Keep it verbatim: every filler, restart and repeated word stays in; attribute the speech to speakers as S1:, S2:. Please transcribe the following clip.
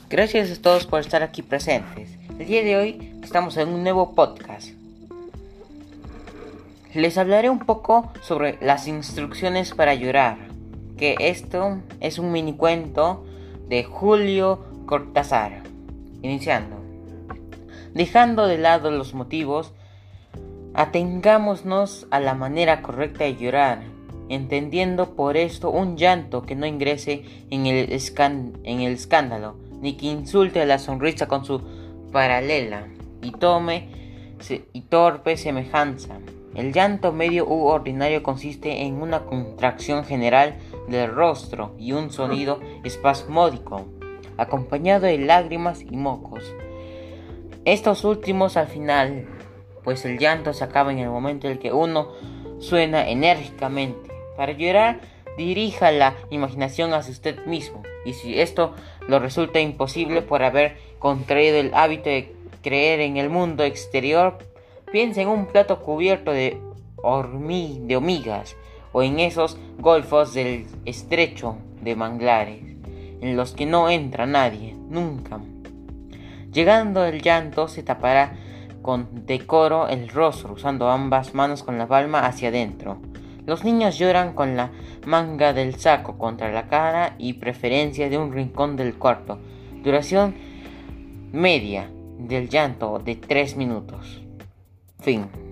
S1: Gracias a todos por estar aquí presentes. El día de hoy estamos en un nuevo podcast. Les hablaré un poco sobre las instrucciones para llorar, que esto es un mini cuento de Julio Cortázar. Iniciando. Dejando de lado los motivos, atengámonos a la manera correcta de llorar, entendiendo por esto un llanto que no ingrese en el, escan- en el escándalo, ni que insulte a la sonrisa con su paralela y tome se- y torpe semejanza. El llanto medio u ordinario consiste en una contracción general del rostro y un sonido espasmódico, acompañado de lágrimas y mocos. Estos últimos al final, pues el llanto se acaba en el momento en el que uno suena enérgicamente. Para llorar, dirija la imaginación hacia usted mismo, y si esto lo resulta imposible por haber contraído el hábito de creer en el mundo exterior, piense en un plato cubierto de, hormi- de hormigas o en esos golfos del estrecho de manglares, en los que no entra nadie, nunca. Llegando el llanto, se tapará con decoro el rostro, usando ambas manos con la palma hacia adentro. Los niños lloran con la manga del saco contra la cara y preferencia de un rincón del cuarto. Duración media del llanto de tres minutos. Fin.